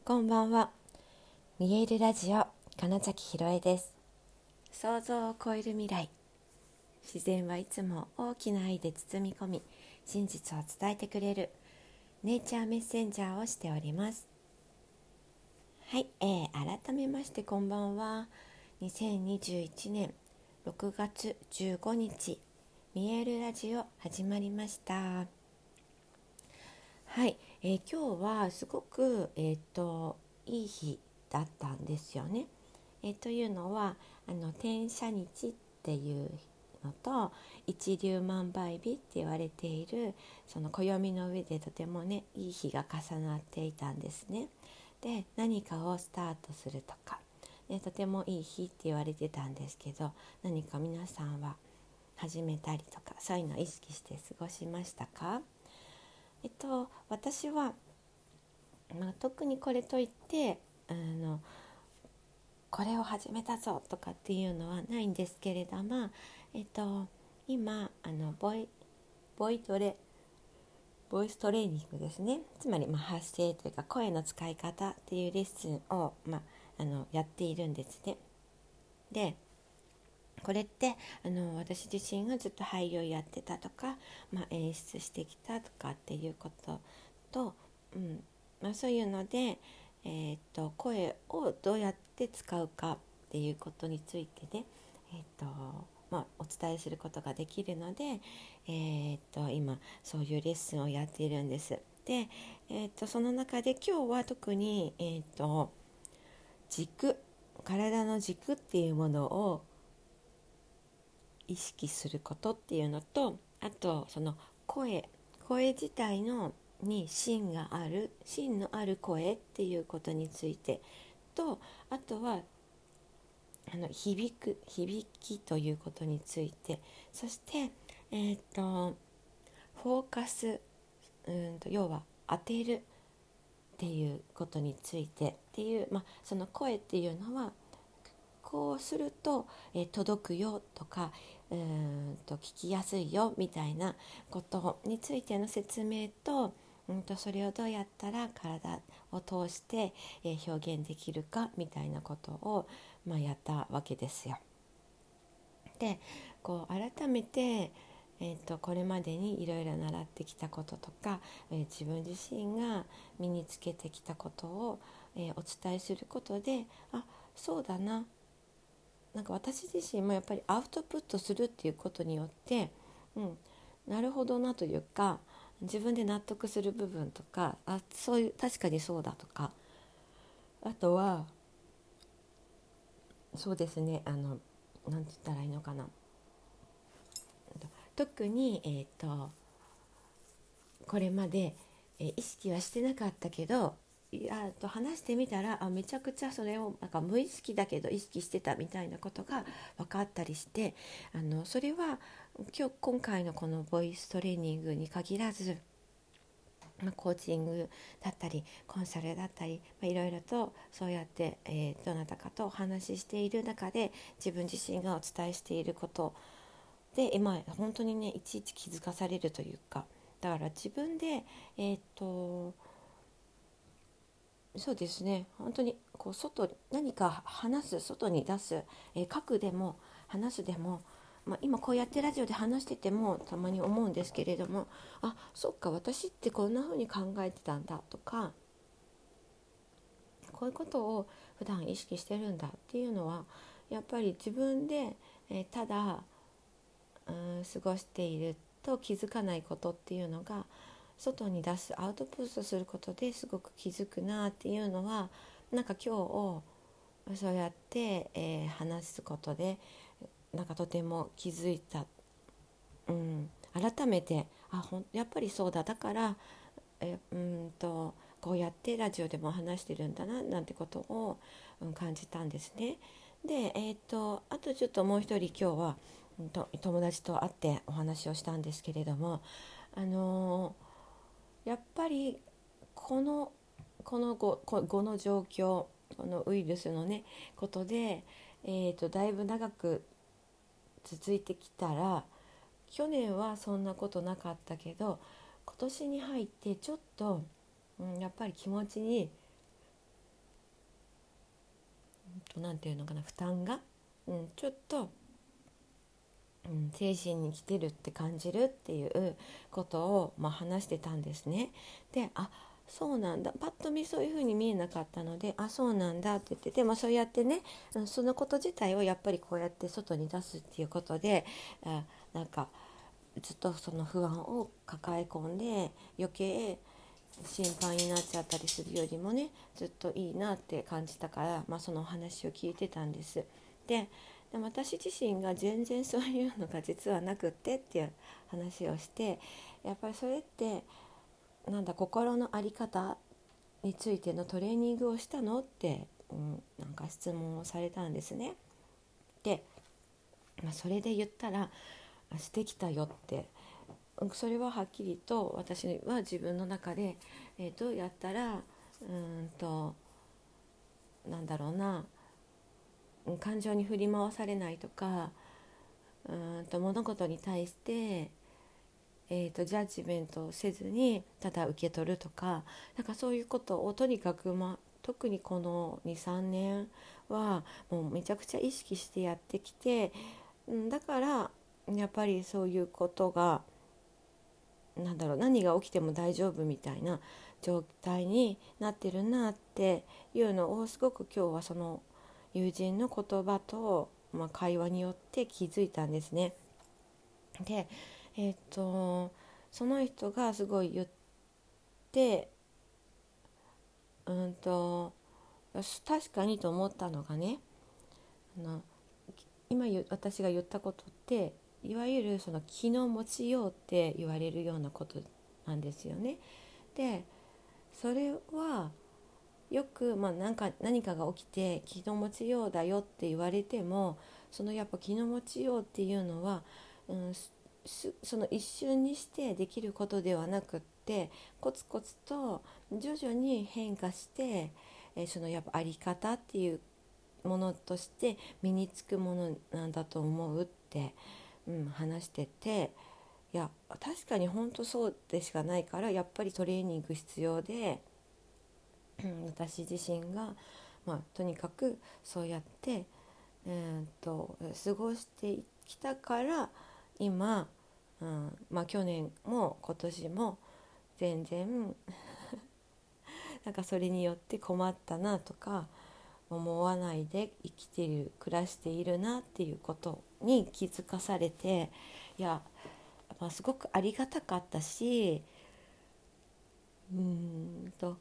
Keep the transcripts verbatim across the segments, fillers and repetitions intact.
こんばんは。見えるラジオ金崎ひろえです。想像を超える未来。自然はいつも大きな愛で包み込み、真実を伝えてくれるネイチャーメッセンジャーをしております。はい、えー、改めましてこんばんは。にせんにじゅういちねんろくがつじゅうごにち、見えるラジオ始まりました。はい、えー、今日はすごくえっ、といい日だったんですよね。えー、というのはあの天赦日っていうのと一粒万倍日って言われているその暦の上でとてもねいい日が重なっていたんですね。で、何かをスタートするとか、ね、とてもいい日って言われてたんですけど、何か皆さんは始めたりとかそういうのを意識して過ごしましたか？えっと私は、まあ、特にこれといってあのこれを始めたぞとかっていうのはないんですけれども、えっと、今あのボイ、ボイトレボイストレーニングですね。つまり、まあ、発声というか声の使い方っていうレッスンを、まあ、あのやっているんですね。でこれってあの私自身がずっと俳優をやってたとか、まあ、演出してきたとかっていうことと、うんまあ、そういうので、えー、と声をどうやって使うかっていうことについてね、えーとまあ、お伝えすることができるので、えー、と今そういうレッスンをやっているんです。で、えー、とその中で今日は特に、えー、と軸体の軸っていうものを意識することっていうのと、あとその声声自体のに芯がある芯のある声っていうことについてと、あとはあの響く響きということについて、そしてえー、とフォーカスうんと要は当てるっていうことについてっていう、まあ、その声っていうのはこうすると、えー、届くよとかうーんと聞きやすいよみたいなことについての説明と、うんとそれをどうやったら体を通して、えー、表現できるかみたいなことを、まあ、やったわけですよ。でこう改めて、えー、とこれまでにいろいろ習ってきたこととか、えー、自分自身が身につけてきたことを、えー、お伝えすることで、あ、そうだな、なんか私自身もやっぱりアウトプットするっていうことによって、うん、なるほどなというか、自分で納得する部分とか、あ、そういう確かにそうだとか、あとはそうですね、あのなんて言ったらいいのかな、特に、えー、とこれまで、えー意識はしてなかったけど、いやと話してみたら、あ、めちゃくちゃそれをなんか無意識だけど意識してたみたいなことが分かったりして、あのそれは今日今回のこのボイストレーニングに限らず、まあ、コーチングだったりコンサルだったり、まあ、いろいろとそうやって、えーどなたかとお話ししている中で自分自身がお伝えしていることで、今本当にねいちいち気づかされるというか、だから自分でえっ、とそうですね、本当にこう外何か話す、外に出す、えー書くでも話すでも、まあ、今こうやってラジオで話しててもたまに思うんですけれども、あ、そっか、私ってこんな風に考えてたんだとか、こういうことを普段意識してるんだっていうのはやっぱり自分で、えーただうん過ごしていると気づかないことっていうのが外に出す、アウトプットすることですごく気づくなっていうのは、なんか今日そうやって、えー話すことでなんかとても気づいた、うん、改めて、あ、ほんやっぱりそうだ、だからえうんとこうやってラジオでも話してるんだななんてことを、うん、感じたんですね。で、えー、とあとちょっともう一人今日は、うん、と友達と会ってお話をしたんですけれども、あのーやっぱりこのこの後、こ後の状況、このウイルスのねことで、えー、とだいぶ長く続いてきたら、去年はそんなことなかったけど今年に入ってちょっと、うん、やっぱり気持ちになんていうのかな負担が、うん、ちょっと、うん、精神に来てるって感じるっていうことを、まあ、話してたんですね。で、あ、そうなんだ、パッと見そういう風に見えなかったので、あ、そうなんだって言って、でもそうやってね、うん、そのこと自体をやっぱりこうやって外に出すっていうことで、あ、なんかずっとその不安を抱え込んで余計心配になっちゃったりするよりもね、ずっといいなって感じたから、まあ、そのお話を聞いてたんです。で、で私自身が全然そういうのが実はなくってっていう話をして、やっぱりそれってなんだ、心の在り方についてのトレーニングをしたのって、うん、なんか質問をされたんですね。で、まあ、それで言ったらしてきたよって、それははっきりと私は自分の中で、えー、どうやったらうーんとなんだろうな、感情に振り回されないとか、うーんと物事に対して、えー、とジャッジメントをせずにただ受け取るとか、なんかそういうことをとにかく、ま、特にこの にさんねんはもうめちゃくちゃ意識してやってきて、うん、だからやっぱりそういうことがなんだろう、何が起きても大丈夫みたいな状態になってるなっていうのをすごく今日はその友人の言葉と、まあ、会話によって気づいたんですね。で、えっとその人がすごい言って、うんと確かにと思ったのがね、あの今私が言ったことっていわゆるその気の持ちようって言われるようなことなんですよね。で、それはよく、まあ、なんか何かが起きて気の持ちようだよって言われても、そのやっぱ気の持ちようっていうのは、うん、その一瞬にしてできることではなくって、コツコツと徐々に変化して、えー、そのやっぱあり方っていうものとして身につくものなんだと思うって、うん、話してて、いや確かに本当そうでしかないから、やっぱりトレーニング必要で、私自身が、まあ、とにかくそうやって、えー、と過ごしてきたから今、うんまあ、去年も今年も全然なんかそれによって困ったなとか思わないで生きている暮らしているなっていうことに気づかされて、いや、まあ、すごくありがたかったし、うーんと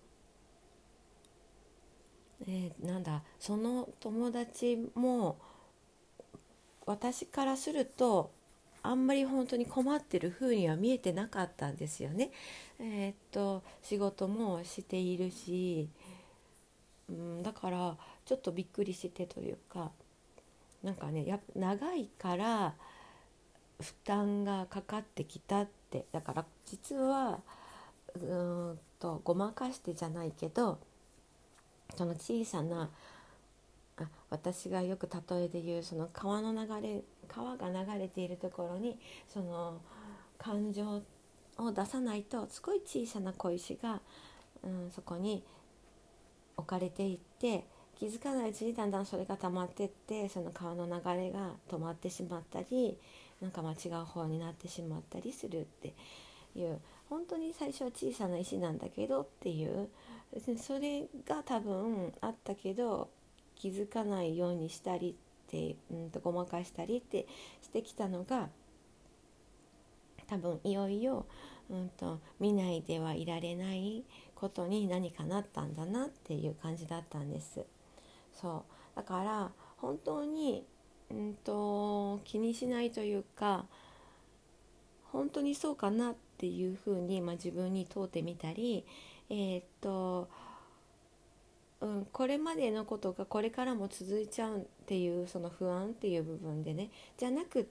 えー、なんだその友達も私からするとあんまり本当に困ってる風には見えてなかったんですよね。えー、っと仕事もしているし、うん、だからちょっとびっくりしてというか、なんかね、やっぱ長いから負担がかかってきたって、だから実はうーんとごまかしてじゃないけど、その小さな、あ、私がよく例えで言うその川の流れ川が流れているところにその感情を出さないと、すごい小さな小石が、うん、そこに置かれていって、気づかないうちにだんだんそれが溜まってって、その川の流れが止まってしまったり、なんか間違う方になってしまったりするっていう、本当に最初は小さな石なんだけどっていう、別にそれが多分あったけど気づかないようにしたりって、うんとごまかしたりってしてきたのが、多分いよいよ、うんと見ないではいられないことに何かなったんだなっていう感じだったんです。そうだから本当に、うんと気にしないというか、本当にそうかなっていうふうに、まあ、自分に問うてみたり、えーっとうん、これまでのことがこれからも続いちゃうっていうその不安っていう部分でね、じゃなくって、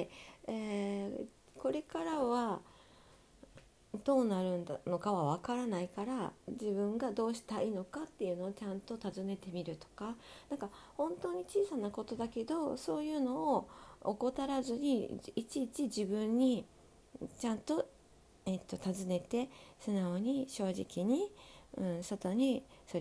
えーこれからはどうなるのかは分からないから、自分がどうしたいのかっていうのをちゃんと尋ねてみるとか、なんか本当に小さなことだけど、そういうのを怠らずにいちいち自分にちゃんと、えっと、尋ねて素直に正直に、うん、外にそれを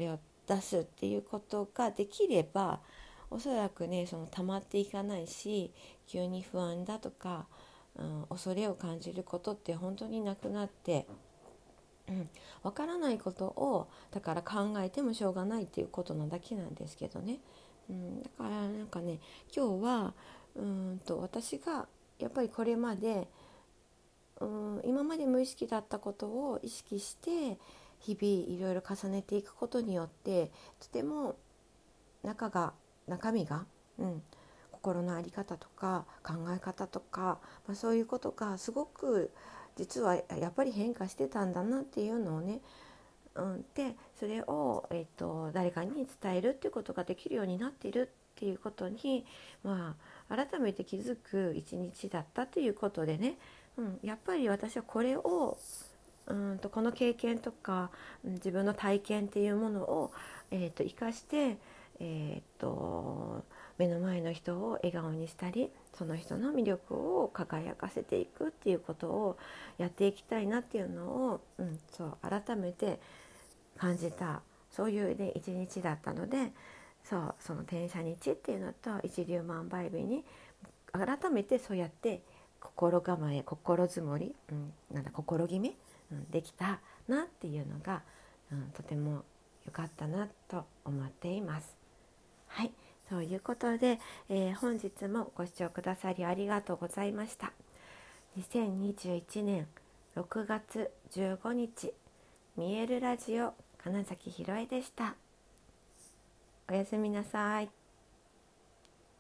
出すっていうことができれば、おそらくねその溜まっていかないし、急に不安だとか、うん、恐れを感じることって本当になくなって、うん、分からないことをだから考えてもしょうがないっていうことなだけなんですけどね、うん、だからなんかね今日はうんと私がやっぱりこれまでうん今まで無意識だったことを意識して日々いろいろ重ねていくことによってとても中が中身が、うん、心の在り方とか考え方とか、まあ、そういうことがすごく実はやっぱり変化してたんだなっていうのをね、うん、でそれを、えーと、誰かに伝えるっていうことができるようになっているっていうことに、まあ、改めて気づく一日だったということでね、うん、やっぱり私はこれをうんとこの経験とか自分の体験っていうものを、えー、と生かして、えー、と目の前の人を笑顔にしたりその人の魅力を輝かせていくっていうことをやっていきたいなっていうのを、うん、そう改めて感じたそういう、ね、一日だったので、そうその転写日っていうのと一粒万倍日に改めてそうやって心構え心づもり、うん、なんだ心決め、うん、できたなっていうのが、うん、とても良かったなと思っています。はい、そういうことで、えー、本日もご視聴くださりありがとうございました。にせんにじゅういちねんろくがつじゅうごにち見えるラジオ金崎ひろえでした。おやすみなさい。